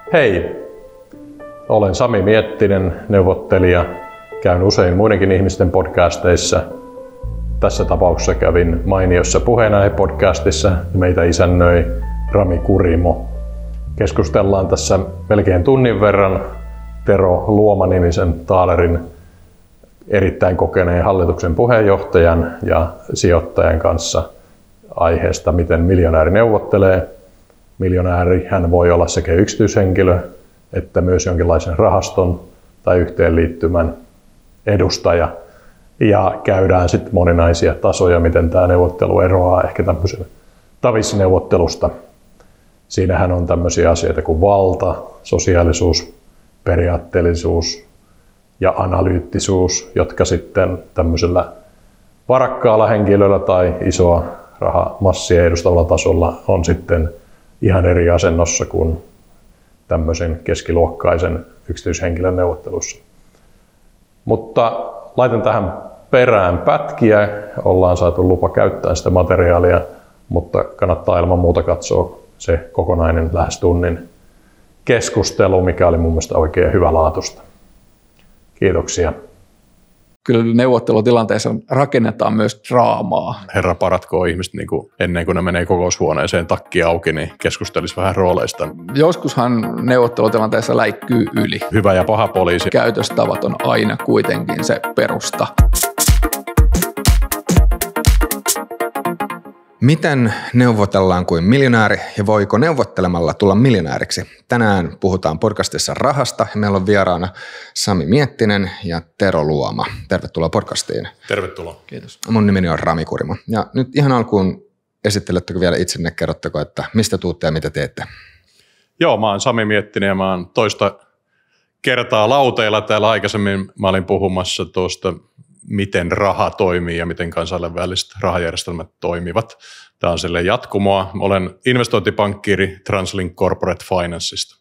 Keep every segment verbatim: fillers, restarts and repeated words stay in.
Hei! Olen Sami Miettinen, neuvottelija. Käyn usein muidenkin ihmisten podcasteissa. Tässä tapauksessa kävin mainiossa Puheenaihe-podcastissa ja meitä isännöi Rami Kurimo. Keskustellaan tässä melkein tunnin verran Tero Luoma-nimisen Taalerin erittäin kokeneen hallituksen puheenjohtajan ja sijoittajan kanssa aiheesta, miten miljonääri neuvottelee. Miljonääri hän voi olla sekä yksityishenkilö että myös jonkinlaisen rahaston tai yhteenliittymän edustaja. Ja käydään sitten moninaisia tasoja, miten tämä neuvottelu eroaa ehkä tämmöisen tavisneuvottelusta. Siinähän on tämmöisiä asioita kuin valta, sosiaalisuus, periaatteellisuus ja analyyttisuus, jotka sitten tämmöisellä varakkaalla henkilöllä tai isoa rahamassia edustavalla tasolla on sitten ihan eri asennossa kuin tämmöisen keskiluokkaisen yksityishenkilön neuvottelussa. Mutta laitan tähän perään pätkiä. Ollaan saatu lupa käyttää sitä materiaalia, mutta kannattaa ilman muuta katsoa se kokonainen lähes tunnin keskustelu, mikä oli mun mielestä oikein hyvälaatuista. Kiitoksia. Kyllä neuvottelutilanteessa rakennetaan myös draamaa. Herra paratkoon ihmiset niin kuin ennen kuin ne menee kokoushuoneeseen takki auki, niin keskustelisi vähän rooleista. Joskushan neuvottelutilanteessa läikkyy yli. Hyvä ja paha poliisi. Käytöstavat on aina kuitenkin se perusta. Miten neuvotellaan kuin miljonääri ja voiko neuvottelemalla tulla miljonääriksi? Tänään puhutaan podcastissa rahasta ja meillä on vieraana Sami Miettinen ja Tero Luoma. Tervetuloa podcastiin. Tervetuloa. Kiitos. Mun nimeni on Rami Kurimo. Ja nyt ihan alkuun esittelettekö vielä itsenne, kerrotteko, että mistä tuutte ja mitä teette? Joo, mä oon Sami Miettinen ja mä oon toista kertaa lauteilla täällä aikaisemmin. Mä olin puhumassa tuosta, miten raha toimii ja miten kansainväliset rahajärjestelmät toimivat. Tämä on silleen jatkumoa. Olen investointipankkiiri Translink Corporate Financeista.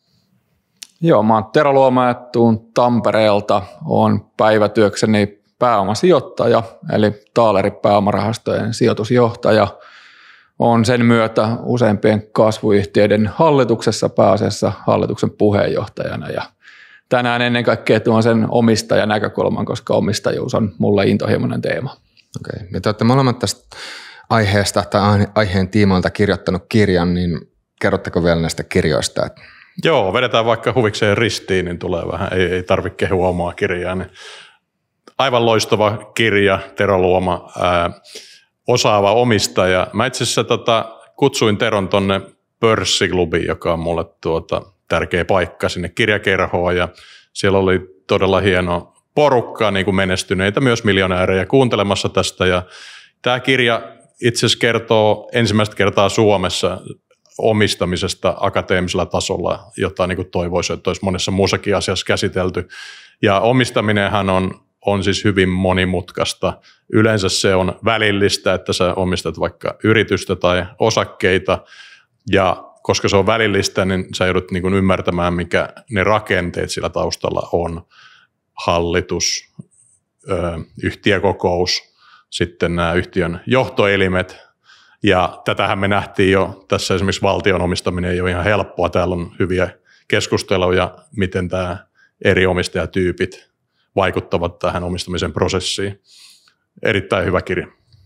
Joo, mä oon Tero Luoma ja tuun Tampereelta. Oon päivätyökseni pääomasijoittaja, eli Taalerin pääomarahastojen sijoitusjohtaja. Oon sen myötä useimpien kasvuyhtiöiden hallituksessa pääasiassa hallituksen puheenjohtajana ja tänään ennen kaikkea tuon sen omistajan näkökulman, koska omistajuus on mulle intohimoinen teema. Okei. Ja te olette molemmat tästä aiheesta tai aiheen tiimoilta kirjoittanut kirjan, niin kerrotteko vielä näistä kirjoista? Joo, vedetään vaikka huvikseen ristiin, niin tulee vähän, ei, ei tarvitse kehua omaa kirjaa. Niin aivan loistava kirja, Tero Luoma, ää, osaava omistaja. Mä itse asiassa tota, kutsuin Teron tonne pörssiklubiin, joka on mulle tuota, tärkeä paikka sinne kirjakerhoon ja siellä oli todella hieno porukka niin kuin menestyneitä myös miljonäärejä kuuntelemassa tästä ja tämä kirja itse asiassa kertoo ensimmäistä kertaa Suomessa omistamisesta akateemisella tasolla, jota niin kuin toivoisin, että olisi monessa muussakin asiassa käsitelty ja omistaminenhan on, on siis hyvin monimutkaista. Yleensä se on välillistä, että sä omistat vaikka yritystä tai osakkeita ja koska se on välillistä, niin sä joudut niin kuin ymmärtämään, mikä ne rakenteet sillä taustalla on. Hallitus, ö, yhtiökokous, sitten nämä yhtiön johtoelimet. Ja tätähän me nähtiin jo tässä esimerkiksi valtion omistaminen ei ole ihan helppoa. Täällä on hyviä keskusteluja, miten tämä eri omistajatyypit vaikuttavat tähän omistamisen prosessiin. Erittäin hyvä kirja.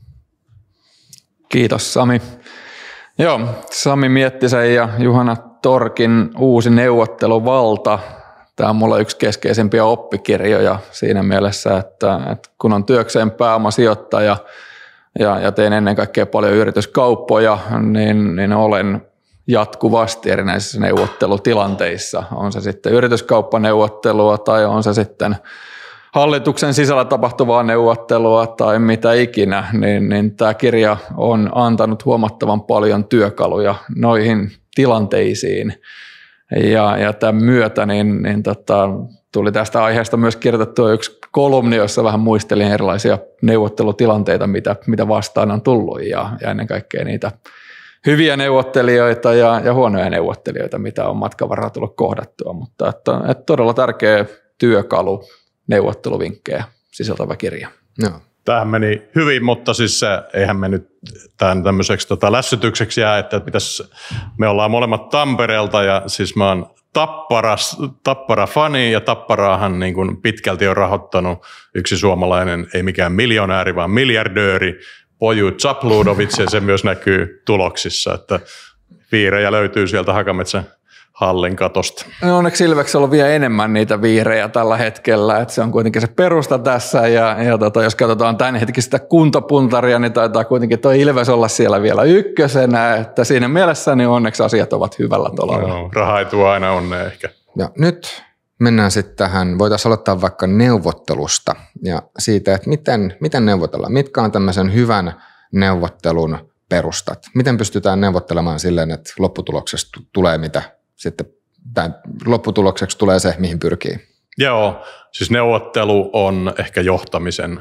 Kiitos Sami. Joo, Sami Miettisen ja Juhana Torkin uusi neuvotteluvalta. Tämä on mulla yksi keskeisimpiä oppikirjoja siinä mielessä, että, että kun on työkseen pääomasijoittaja ja, ja teen ennen kaikkea paljon yrityskauppoja, niin, niin olen jatkuvasti erinäisissä neuvottelutilanteissa. On se sitten yrityskauppaneuvottelua tai on se sitten hallituksen sisällä tapahtuvaa neuvottelua tai mitä ikinä, niin, niin tämä kirja on antanut huomattavan paljon työkaluja noihin tilanteisiin. Ja, ja tämän myötä niin, niin tota, tuli tästä aiheesta myös kirjoitettua yksi kolumni, jossa vähän muistelin erilaisia neuvottelutilanteita, mitä, mitä vastaan on tullut ja, ja ennen kaikkea niitä hyviä neuvottelijoita ja, ja huonoja neuvottelijoita, mitä on matkan varrella tullut kohdattua, mutta että, että todella tärkeä työkalu, neuvotteluvinkkejä sisältävä kirja. Joo. Tämähän meni hyvin, mutta siis se, eihän me nyt tämän tämmöiseksi tota, lässytykseksi jää, että pitäisi, me ollaan molemmat Tampereelta ja siis mä oon tappara, tappara fani ja Tapparaahan niin kuin pitkälti on rahoittanut yksi suomalainen, ei mikään miljonääri, vaan miljardööri, Poju Zapludovic, ja se myös näkyy tuloksissa, että viirejä löytyy sieltä Hakametsän hallin katosta. No onneksi Ilveksellä on vielä enemmän niitä viirejä tällä hetkellä, että se on kuitenkin se perusta tässä, ja, ja tota, jos katsotaan tämänhetkistä kuntapuntaria, niin taitaa kuitenkin tuo Ilves olla siellä vielä ykkösenä, että siinä mielessä niin onneksi asiat ovat hyvällä tolalla. No, raha ei tuo aina onnea ehkä. Ja nyt mennään sitten tähän, voitaisiin aloittaa vaikka neuvottelusta ja siitä, että miten, miten neuvotellaan, mitkä on tämmöisen hyvän neuvottelun perustat, miten pystytään neuvottelemaan silleen, että lopputuloksesta tulee mitä sitten, tai lopputulokseksi tulee se, mihin pyrkii. Joo, siis neuvottelu on ehkä johtamisen,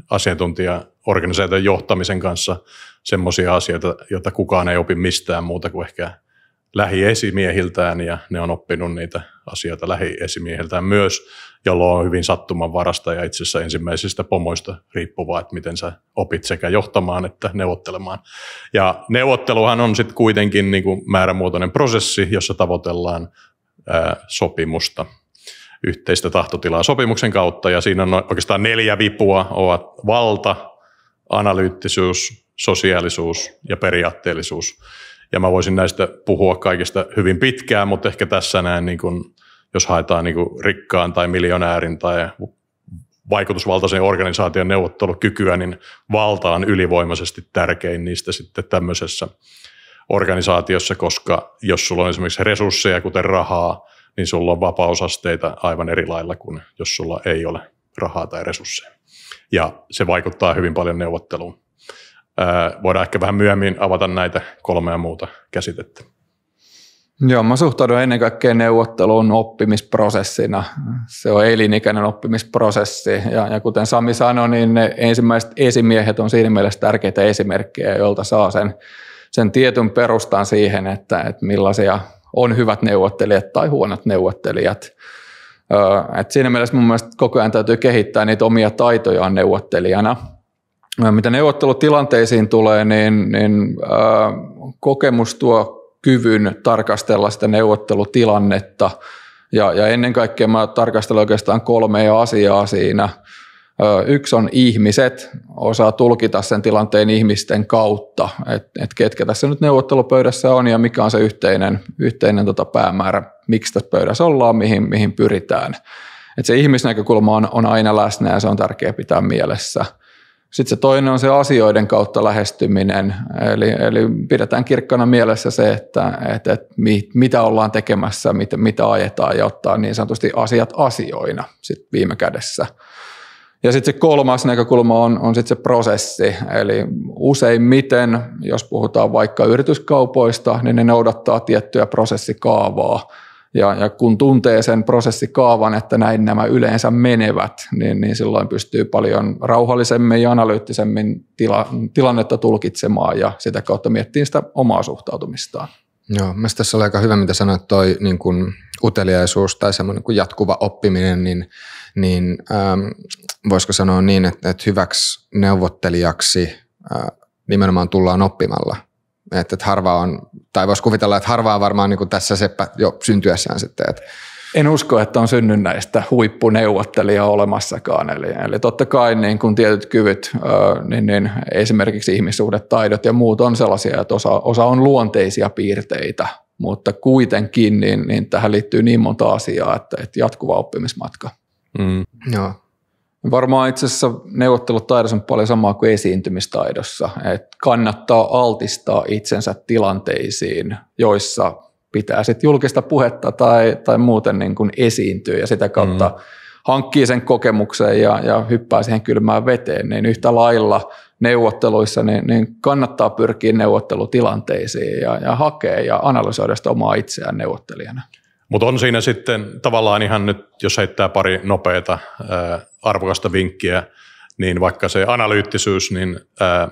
asiantuntija-organisaation johtamisen kanssa semmoisia asioita, joita kukaan ei opi mistään muuta kuin ehkä lähiesimiehiltään, ja ne on oppinut niitä asioita lähiesimiehiltään myös, jolloin on hyvin sattumanvarasta ja itse asiassa ensimmäisistä pomoista riippuvaa, että miten sä opit sekä johtamaan että neuvottelemaan. Ja neuvotteluhan on sitten kuitenkin niin kuin määrämuotoinen prosessi, jossa tavoitellaan ää, sopimusta, yhteistä tahtotilaa sopimuksen kautta, ja siinä on oikeastaan neljä vipua, ovat valta, analyyttisuus, sosiaalisuus ja periaatteellisuus. Ja mä voisin näistä puhua kaikista hyvin pitkään, mutta ehkä tässä näen, niin kun, jos haetaan niin kun rikkaan tai miljonäärin tai vaikutusvaltaisen organisaation neuvottelukykyä, niin valta on ylivoimaisesti tärkein niistä sitten tämmöisessä organisaatiossa, koska jos sulla on esimerkiksi resursseja, kuten rahaa, niin sulla on vapausasteita aivan eri lailla kuin jos sulla ei ole rahaa tai resursseja. Ja se vaikuttaa hyvin paljon neuvotteluun. Voidaan ehkä vähän myöhemmin avata näitä kolmea muuta käsitettä. Joo, mä suhtaudun ennen kaikkea neuvotteluun oppimisprosessina. Se on elinikäinen oppimisprosessi, ja, ja kuten Sami sanoi, niin ne ensimmäiset esimiehet on siinä mielessä tärkeitä esimerkkejä, joilta saa sen, sen tietyn perustan siihen, että, että millaisia on hyvät neuvottelijat tai huonot neuvottelijat. Et siinä mielessä mun mielestä koko ajan täytyy kehittää niitä omia taitojaan neuvottelijana. Mitä neuvottelutilanteisiin tulee, niin, niin ää, kokemus tuo kyvyn tarkastella sitä neuvottelutilannetta, ja, ja ennen kaikkea mä tarkastelen oikeastaan kolmea asiaa siinä. Ää, yksi on ihmiset, osaa tulkita sen tilanteen ihmisten kautta, että et ketkä tässä nyt neuvottelupöydässä on ja mikä on se yhteinen, yhteinen tota päämäärä, miksi tässä pöydässä ollaan, mihin, mihin pyritään. Et se ihmisnäkökulma on, on aina läsnä, ja se on tärkeää pitää mielessä. Sitten se toinen on se asioiden kautta lähestyminen, eli, eli pidetään kirkkana mielessä se, että, että, että mitä ollaan tekemässä, mitä, mitä ajetaan, ja ottaa niin sanotusti asiat asioina sit viime kädessä. Ja sitten se kolmas näkökulma on, on sitten se prosessi, eli useimmiten, jos puhutaan vaikka yrityskaupoista, niin ne noudattaa tiettyä prosessikaavaa. Ja, ja kun tuntee sen prosessikaavan, että näin nämä yleensä menevät, niin, niin silloin pystyy paljon rauhallisemmin ja analyyttisemmin tila, tilannetta tulkitsemaan ja sitä kautta miettimään sitä omaa suhtautumistaan. Joo, mielestäni tässä oli aika hyvä, mitä sanoit, toi niin kuin uteliaisuus tai semmoinen kuin jatkuva oppiminen, niin, niin ähm, voisiko sanoa niin, että, että hyväksi neuvottelijaksi äh, nimenomaan tullaan oppimalla. Että, että harva on, tai voisi kuvitella, että harvaa varmaan niin kuin tässä seppä jo syntyessään sitten. Että. En usko, että on synnynnäistä huippuneuvottelijaa olemassakaan. Eli, eli totta kai niin kun tietyt kyvyt, niin, niin esimerkiksi ihmissuhdetaidot ja muut on sellaisia, että osa, osa on luonteisia piirteitä, mutta kuitenkin niin, niin tähän liittyy niin monta asiaa, että, että jatkuva oppimismatka. Mm. Joo. Varmaan itse asiassa neuvottelutaidossa on paljon samaa kuin esiintymistaidossa, että kannattaa altistaa itsensä tilanteisiin, joissa pitää sitten julkista puhetta tai, tai muuten niin kuin esiintyä ja sitä kautta mm. hankkii sen kokemuksen ja, ja hyppää siihen kylmään veteen, niin yhtä lailla neuvotteluissa niin, niin kannattaa pyrkiä neuvottelutilanteisiin ja, ja hakea ja analysoida sitä omaa itseään neuvottelijana. Mutta on siinä sitten tavallaan ihan nyt, jos heittää pari nopeata ää, arvokasta vinkkiä, niin vaikka se analyyttisyys, niin ää,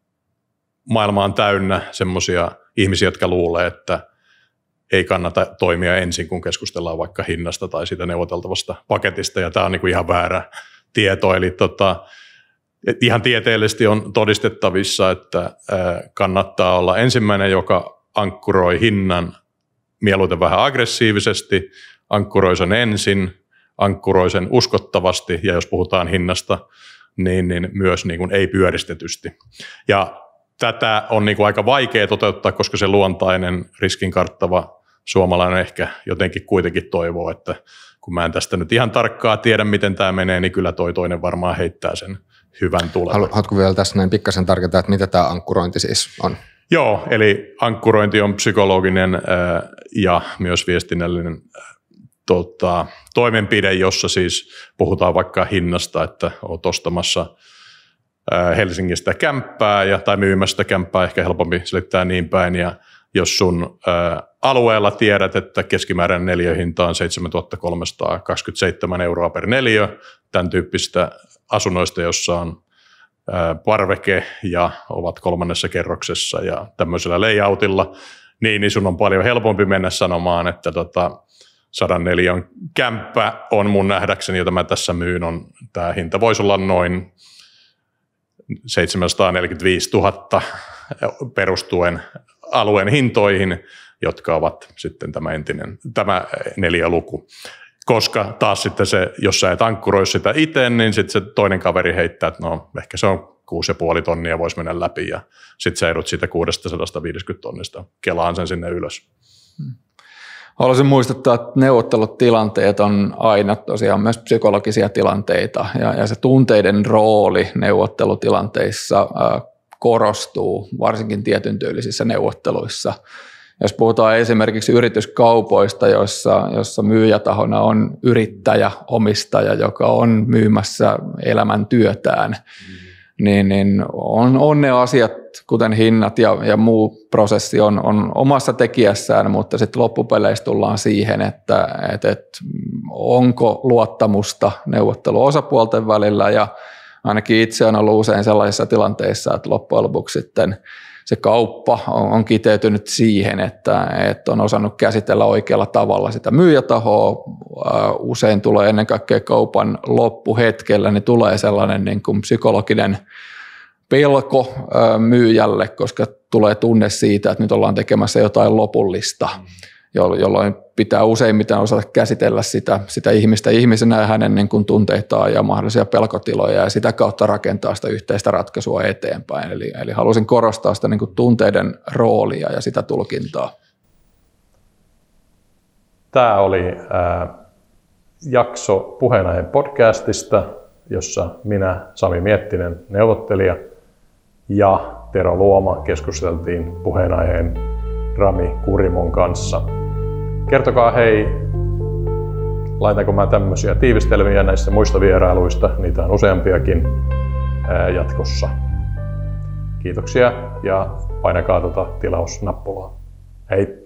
maailma on täynnä semmoisia ihmisiä, jotka luulee, että ei kannata toimia ensin, kun keskustellaan vaikka hinnasta tai siitä neuvoteltavasta paketista, ja tämä on niinku ihan väärä tieto, eli tota, ihan tieteellisesti on todistettavissa, että ää, kannattaa olla ensimmäinen, joka ankkuroi hinnan mieluiten vähän aggressiivisesti, ankkuroi sen ensin, ankkuroi sen uskottavasti ja jos puhutaan hinnasta, niin, niin myös niin kuin ei pyöristetysti. Ja tätä on niin kuin aika vaikea toteuttaa, koska se luontainen riskinkarttava suomalainen ehkä jotenkin kuitenkin toivoo, että kun mä en tästä nyt ihan tarkkaa tiedä, miten tämä menee, niin kyllä toi toinen varmaan heittää sen hyvän tulevan. Haluatko vielä tässä näin pikkasen tarkentaa, että mitä tämä ankkurointi siis on? Joo, eli ankkurointi on psykologinen ää, ja myös viestinnällinen ää, tota, toimenpide, jossa siis puhutaan vaikka hinnasta, että olet ostamassa ää, Helsingistä kämppää ja, tai myymästä kämppää, ehkä helpompi selittää niin päin, ja jos sun ää, alueella tiedät, että keskimääräinen neliöhinta on seitsemäntuhatta kolmesataakaksikymmentäseitsemän euroa per neliö, tämän tyyppistä asunnoista, jossa on ää, parveke ja ovat kolmannessa kerroksessa ja tämmöisellä layoutilla, niin, niin sun on paljon helpompi mennä sanomaan, että tota, sadan neliön kämppä on mun nähdäkseni, jota mä tässä myyn, on, tämä hinta voisi olla noin seitsemänsataaneljäkymmentäviisituhatta perustuen alueen hintoihin, jotka ovat sitten tämä entinen, tämä neliöluku. Koska taas sitten se, jos sä et ankkuroi sitä itse, niin sitten se toinen kaveri heittää, että no ehkä se on kuusi ja puoli tonnia voisi mennä läpi ja sitten sä edut siitä kuusisataaviisikymmentä tonnista. Kelaan sen sinne ylös. Haluaisin muistuttaa, että neuvottelutilanteet on aina tosiaan myös psykologisia tilanteita ja, ja se tunteiden rooli neuvottelutilanteissa äh, korostuu varsinkin tietyn tyylisissä neuvotteluissa. Jos puhutaan esimerkiksi yrityskaupoista, joissa, jossa myyjätahona on yrittäjä, omistaja, joka on myymässä elämäntyötään, mm. niin, niin on, on ne asiat, kuten hinnat ja, ja muu prosessi on, on omassa tekijässään, mutta sitten loppupeleissä tullaan siihen, että et, et onko luottamusta neuvotteluosapuolten välillä, ja ainakin itse on ollut usein sellaisissa tilanteissa, että loppujen lopuksi sitten se kauppa on, on kiteytynyt siihen, että, että on osannut käsitellä oikealla tavalla sitä myyjätahoa. Usein tulee ennen kaikkea kaupan loppuhetkellä, niin tulee sellainen niin kuin psykologinen pelko myyjälle, koska tulee tunne siitä, että nyt ollaan tekemässä jotain lopullista, jolloin pitää useimmiten osata käsitellä sitä, sitä ihmistä ihmisenä ja hänen niin kuin tunteitaan ja mahdollisia pelkotiloja ja sitä kautta rakentaa sitä yhteistä ratkaisua eteenpäin. Eli, eli halusin korostaa sitä niin kuin tunteiden roolia ja sitä tulkintaa. Tämä oli äh, jakso Puheenaiheen podcastista, jossa minä, Sami Miettinen, neuvottelija, ja Tero Luoma keskusteltiin puheenaiheen Rami Kurimon kanssa. Kertokaa hei, laitanko mä tämmöisiä tiivistelmiä näistä muista vierailuista, niitä on useampiakin ää, jatkossa. Kiitoksia ja painakaa tuota tilausnappulaa. Hei!